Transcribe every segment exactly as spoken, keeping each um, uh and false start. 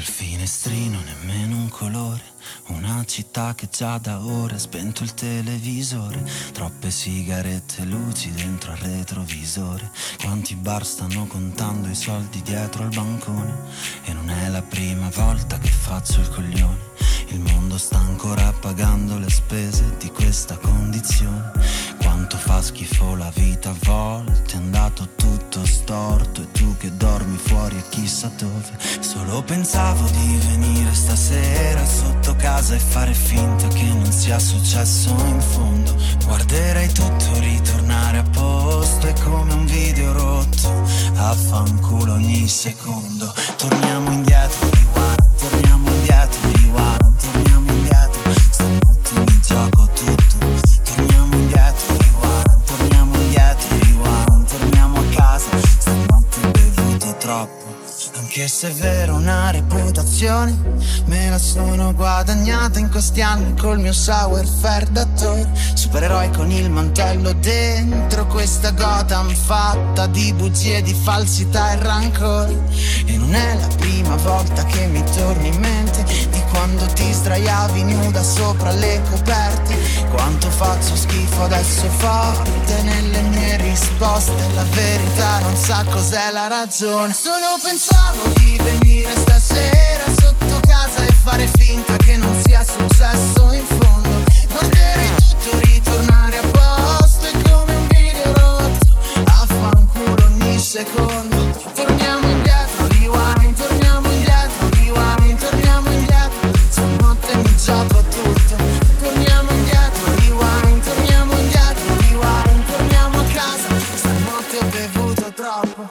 finestrino nemmeno un colore, una città che già da ore ha spento il televisore, troppe sigarette, luci dentro al retrovisore, quanti bar stanno contando i soldi dietro al bancone, e non è la prima volta che faccio il coglione, il mondo sta ancora pagando le spese di questa condizione, quanto fa schifo la vita a volte, è andato tutto storto e tu che dormi fuori a chissà dove, solo pensavo di venire stasera sotto casa e fare finta che non sia successo in fondo, guarderei tutto ritornare a posto, è come un video rotto, affanculo ogni secondo, torniamo indietro, rewind, torniamo indietro, rewind, torniamo indietro, stanotte mi gioco tutto, torniamo indietro, rewind, torniamo indietro, rewind, torniamo a casa, stanotte ho bevuto troppo. Anche se è vero una reputazione me la sono guadagnata in questi anni col mio sour fair d'attore, supereroi con il mantello dentro questa Gotham fatta di bugie, di falsità e rancore, e non è la prima volta che mi torni in mente di quando ti sdraiavi nuda sopra le coperte, quanto faccio schifo adesso forte nelle mie risposte, la verità non sa cos'è la ragione, solo pensavo di venire stasera sotto casa e fare finta che non sia successo in fondo, guarderei tutto ritornare a posto, è come un video rotto, affanculo ogni secondo, torniamo indietro, rewind, torniamo indietro, rewind, torniamo indietro, stanotte mi gioco tutto, torniamo indietro, rewind, torniamo indietro, rewind, torniamo a casa, stanotte ho bevuto troppo.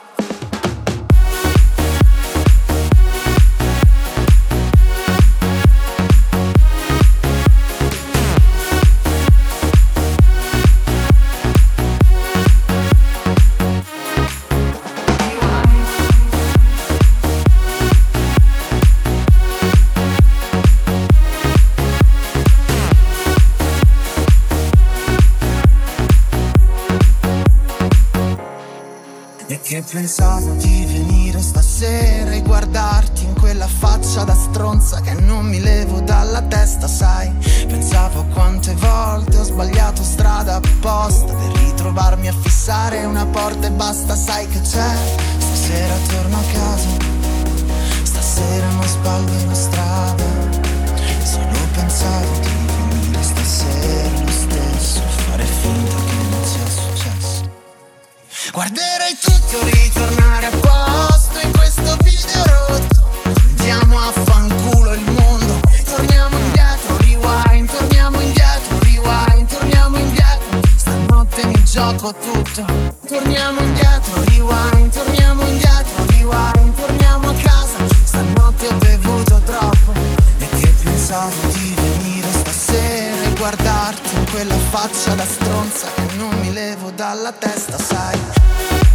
Che pensavo di venire stasera e guardarti in quella faccia da stronza che non mi levo dalla testa, sai. Pensavo quante volte ho sbagliato strada apposta per ritrovarmi a fissare una porta e basta, sai che c'è. Stasera torno a casa, stasera non sbaglio la strada, solo pensavo di venire stasera lo stesso, fare finta che non sia successo. Guarderei tutto ritornare a posto in questo video rotto, andiamo a fanculo il mondo, torniamo indietro, rewind, torniamo indietro, rewind, torniamo indietro, stanotte mi gioco tutto, torniamo indietro, rewind, torniamo indietro, rewind, torniamo a casa, stanotte ho bevuto troppo, e che pensavo di venire stasera e guardarti in quella faccia da stronza che non mi levo dalla testa, sai.